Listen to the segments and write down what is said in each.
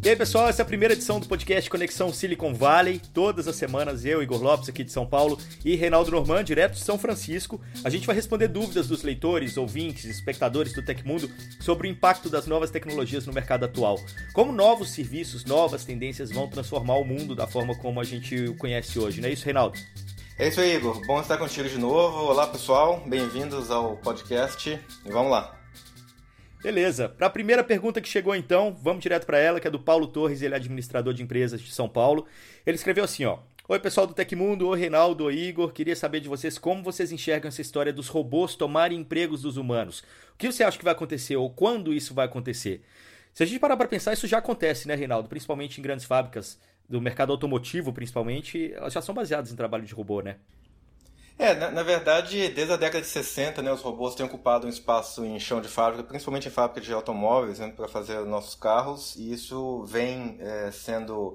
E aí, pessoal, essa é a primeira edição do podcast Conexão Silicon Valley. Todas as semanas, eu, Igor Lopes, aqui de São Paulo, e Reinaldo Norman, direto de São Francisco, a gente vai responder dúvidas dos leitores, ouvintes, espectadores do Tecmundo sobre o impacto das novas tecnologias no mercado atual. Como novos serviços, novas tendências vão transformar o mundo da forma como a gente o conhece hoje, não é isso, Reinaldo? É isso aí, Igor. Bom estar contigo de novo. Olá, pessoal. Bem-vindos ao podcast. E vamos lá. Beleza. Para a primeira pergunta que chegou então, vamos direto para ela, que é do Paulo Torres, ele é administrador de empresas de São Paulo. Ele escreveu assim, ó: Oi, pessoal do Tecmundo, oi, Reinaldo, oi, Igor. Queria saber de vocês como vocês enxergam essa história dos robôs tomarem empregos dos humanos. O que você acha que vai acontecer ou quando isso vai acontecer? Se a gente parar para pensar, isso já acontece, né, Reinaldo? Principalmente em grandes fábricas do mercado automotivo, principalmente, elas já são baseadas em trabalho de robô, né? Na verdade, desde a década de 60, né, os robôs têm ocupado um espaço em chão de fábrica, principalmente em fábrica de automóveis, né, para fazer nossos carros, e isso vem sendo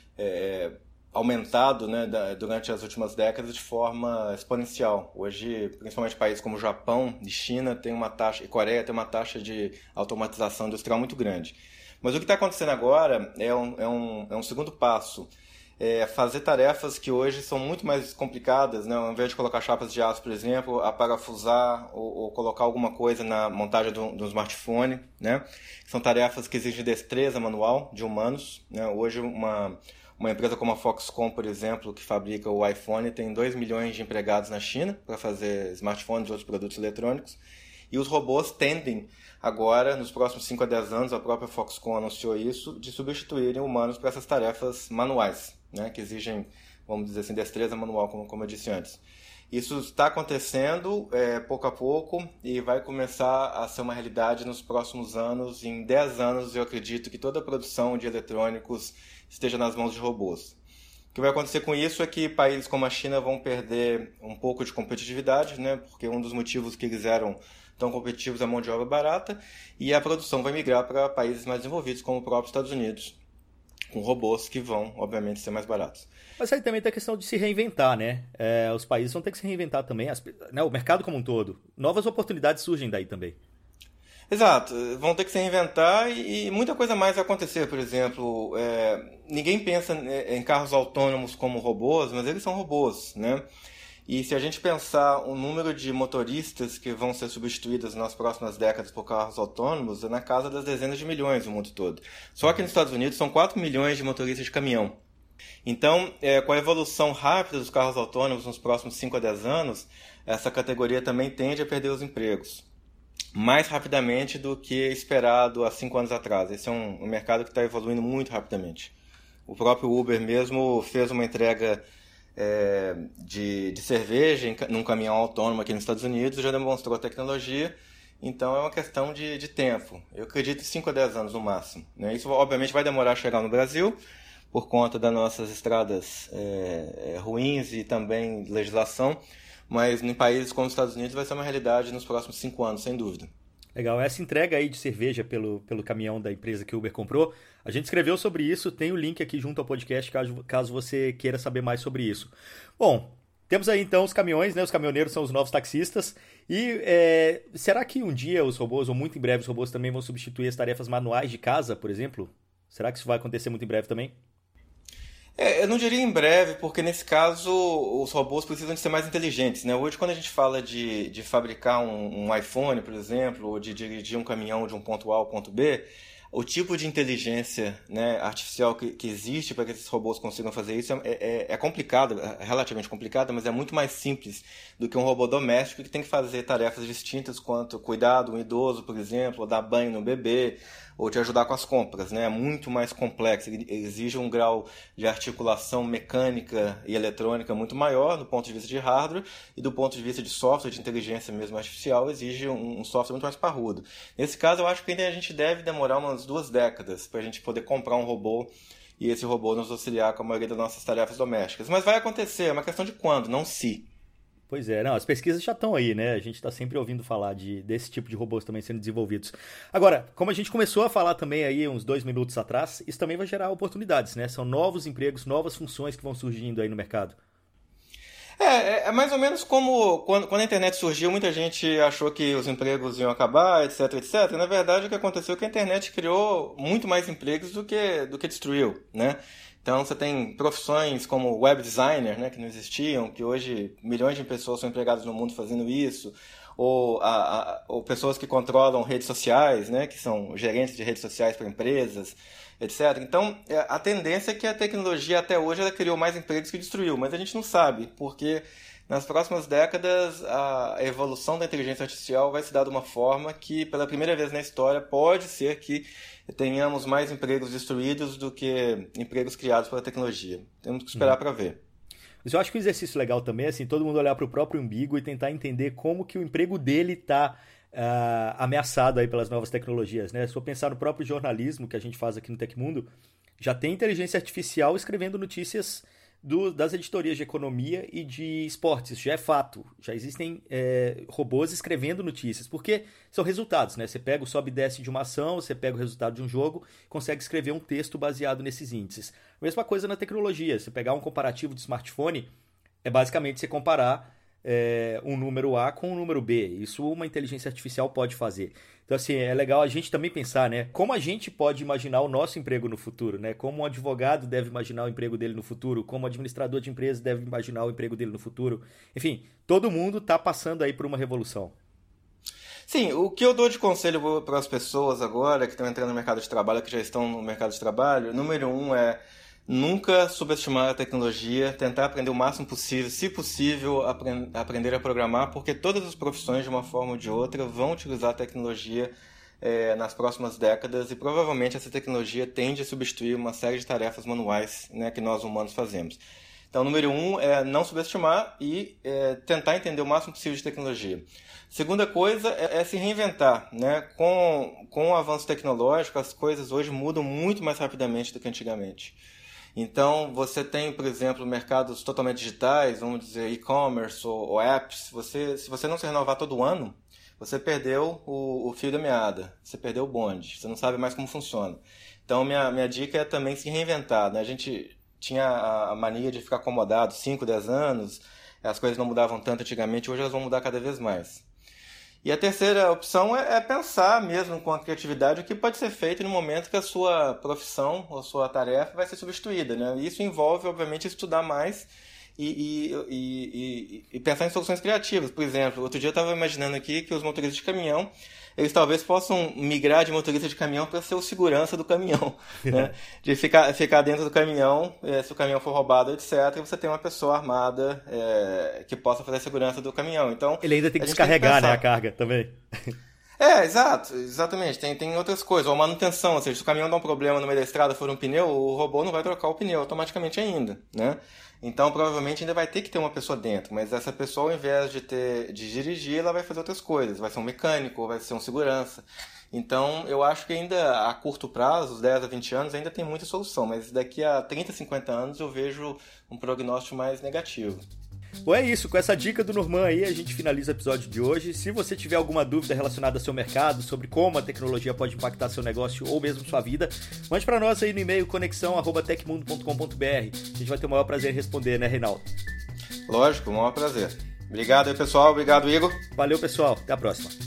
aumentado, né, durante as últimas décadas de forma exponencial. Hoje, principalmente países como Japão e China tem uma taxa, e Coreia tem uma taxa de automatização industrial muito grande. Mas o que está acontecendo agora é um segundo passo. Fazer tarefas que hoje são muito mais complicadas, né? Ao invés de colocar chapas de aço, por exemplo, a parafusar ou colocar alguma coisa na montagem do smartphone, né? São tarefas que exigem destreza manual de humanos, né? Hoje uma empresa como a Foxconn, por exemplo, que fabrica o iPhone, tem 2 milhões de empregados na China para fazer smartphones e outros produtos eletrônicos. E os robôs tendem agora, nos próximos 5 a 10 anos, a própria Foxconn anunciou isso, de substituírem humanos para essas tarefas manuais, né, que exigem, vamos dizer assim, destreza manual, como eu disse antes. Isso está acontecendo pouco a pouco e vai começar a ser uma realidade nos próximos anos. Em 10 anos, eu acredito que toda a produção de eletrônicos esteja nas mãos de robôs. O que vai acontecer com isso é que países como a China vão perder um pouco de competitividade, né, porque um dos motivos que eles eram tão competitivos é a mão de obra barata, e a produção vai migrar para países mais desenvolvidos, como o próprio Estados Unidos, com robôs que vão, obviamente, ser mais baratos. Mas aí também tem a questão de se reinventar, né? Os países vão ter que se reinventar também, né? O mercado como um todo. Novas oportunidades surgem daí também. Exato, vão ter que se reinventar e muita coisa mais vai acontecer. Por exemplo, ninguém pensa em carros autônomos como robôs, mas eles são robôs, né? E se a gente pensar o número de motoristas que vão ser substituídos nas próximas décadas por carros autônomos, é na casa das dezenas de milhões no mundo todo. Só que nos Estados Unidos são 4 milhões de motoristas de caminhão. Então, com a evolução rápida dos carros autônomos nos próximos 5 a 10 anos, essa categoria também tende a perder os empregos mais rapidamente do que esperado há 5 anos atrás. Esse é um mercado que está evoluindo muito rapidamente. O próprio Uber mesmo fez uma entrega de cerveja num caminhão autônomo aqui nos Estados Unidos, já demonstrou a tecnologia, então é uma questão de tempo. Eu acredito em 5 a 10 anos no máximo, né? Isso obviamente vai demorar a chegar no Brasil, por conta das nossas estradas ruins e também legislação, mas em países como os Estados Unidos vai ser uma realidade nos próximos 5 anos, sem dúvida. Legal, essa entrega aí de cerveja pelo caminhão da empresa que o Uber comprou, a gente escreveu sobre isso, tem o link aqui junto ao podcast, caso você queira saber mais sobre isso. Bom, temos aí então os caminhões, né? Os caminhoneiros são os novos taxistas, e será que um dia os robôs, ou muito em breve os robôs também vão substituir as tarefas manuais de casa, por exemplo? Será que isso vai acontecer muito em breve também? Eu não diria em breve, porque nesse caso os robôs precisam de ser mais inteligentes, né? Hoje, quando a gente fala de fabricar um iPhone, por exemplo, ou de dirigir um caminhão de um ponto A ao ponto B, o tipo de inteligência, né, artificial que existe para que esses robôs consigam fazer isso é complicado, é relativamente complicado, mas é muito mais simples do que um robô doméstico que tem que fazer tarefas distintas quanto cuidar de um idoso, por exemplo, ou dar banho no bebê, ou te ajudar com as compras, né? É muito mais complexo, ele exige um grau de articulação mecânica e eletrônica muito maior do ponto de vista de hardware, e do ponto de vista de software, de inteligência mesmo artificial, exige um software muito mais parrudo. Nesse caso, eu acho que ainda a gente deve demorar umas 2 décadas para a gente poder comprar um robô e esse robô nos auxiliar com a maioria das nossas tarefas domésticas. Mas vai acontecer, é uma questão de quando, não se. Pois é, não, as pesquisas já estão aí, né? A gente está sempre ouvindo falar desse tipo de robôs também sendo desenvolvidos. Agora, como a gente começou a falar também aí uns 2 minutos atrás, isso também vai gerar oportunidades, né? São novos empregos, novas funções que vão surgindo aí no mercado. É mais ou menos como quando a internet surgiu, muita gente achou que os empregos iam acabar, etc, etc. Na verdade, o que aconteceu é que a internet criou muito mais empregos do que destruiu, né? Então, você tem profissões como web designer, né, que não existiam, que hoje milhões de pessoas são empregadas no mundo fazendo isso, ou pessoas que controlam redes sociais, né, que são gerentes de redes sociais para empresas, etc. Então, a tendência é que a tecnologia até hoje ela criou mais empregos que destruiu, mas a gente não sabe, porque nas próximas décadas a evolução da inteligência artificial vai se dar de uma forma que, pela primeira vez na história, pode ser que tenhamos mais empregos destruídos do que empregos criados pela tecnologia. Temos que esperar para ver. Mas eu acho que um exercício legal também é assim, todo mundo olhar para o próprio umbigo e tentar entender como que o emprego dele está ameaçado aí pelas novas tecnologias, né? Se eu pensar no próprio jornalismo que a gente faz aqui no Tecmundo, já tem inteligência artificial escrevendo notícias das editorias de economia e de esportes, já é fato. Já existem robôs escrevendo notícias, porque são resultados, né? Você pega o sobe e desce de uma ação, você pega o resultado de um jogo, consegue escrever um texto baseado nesses índices. Mesma coisa na tecnologia, você pegar um comparativo de smartphone, é basicamente você comparar um número A com um número B. Isso uma inteligência artificial pode fazer. Então, assim, é legal a gente também pensar, né? Como a gente pode imaginar o nosso emprego no futuro, né? Como um advogado deve imaginar o emprego dele no futuro, como um administrador de empresa deve imaginar o emprego dele no futuro. Enfim, todo mundo está passando aí por uma revolução. Sim, o que eu dou de conselho para as pessoas agora que estão entrando no mercado de trabalho, que já estão no mercado de trabalho, número 1 é nunca subestimar a tecnologia, tentar aprender o máximo possível, se possível, aprender a programar, porque todas as profissões, de uma forma ou de outra, vão utilizar a tecnologia nas próximas décadas e provavelmente essa tecnologia tende a substituir uma série de tarefas manuais, né, que nós humanos fazemos. Então, número 1 é não subestimar e tentar entender o máximo possível de tecnologia. Segunda coisa é se reinventar, né? Com o avanço tecnológico, as coisas hoje mudam muito mais rapidamente do que antigamente. Então, você tem, por exemplo, mercados totalmente digitais, vamos dizer e-commerce ou apps. Se você não se renovar todo ano, você perdeu o fio da meada, você perdeu o bonde, você não sabe mais como funciona. Então, minha dica é também se reinventar, né? A gente tinha a mania de ficar acomodado 5, 10 anos, as coisas não mudavam tanto antigamente, hoje elas vão mudar cada vez mais. E a terceira opção é pensar mesmo com a criatividade o que pode ser feito no momento que a sua profissão ou a sua tarefa vai ser substituída, né? Isso envolve, obviamente, estudar mais e pensar em soluções criativas. Por exemplo, outro dia eu estava imaginando aqui que os motoristas de caminhão, eles talvez possam migrar de motorista de caminhão para ser o segurança do caminhão, né? De ficar dentro do caminhão, se o caminhão for roubado, etc., você tem uma pessoa armada que possa fazer a segurança do caminhão. Então, ele ainda tem que descarregar, né, a carga também. Exatamente. Tem outras coisas. Ou manutenção, ou seja, se o caminhão dá um problema no meio da estrada, for um pneu, o robô não vai trocar o pneu automaticamente ainda, né? Então, provavelmente ainda vai ter que ter uma pessoa dentro, mas essa pessoa, ao invés de dirigir, ela vai fazer outras coisas. Vai ser um mecânico, ou vai ser um segurança. Então, eu acho que ainda a curto prazo, os 10 a 20 anos, ainda tem muita solução, mas daqui a 30, 50 anos eu vejo um prognóstico mais negativo. Bom, é isso. Com essa dica do Norman aí, a gente finaliza o episódio de hoje. Se você tiver alguma dúvida relacionada ao seu mercado, sobre como a tecnologia pode impactar seu negócio ou mesmo sua vida, mande para nós aí no e-mail conexão@tecmundo.com.br. A gente vai ter o maior prazer em responder, né, Reinaldo? Lógico, o maior prazer. Obrigado aí, pessoal. Obrigado, Igor. Valeu, pessoal. Até a próxima.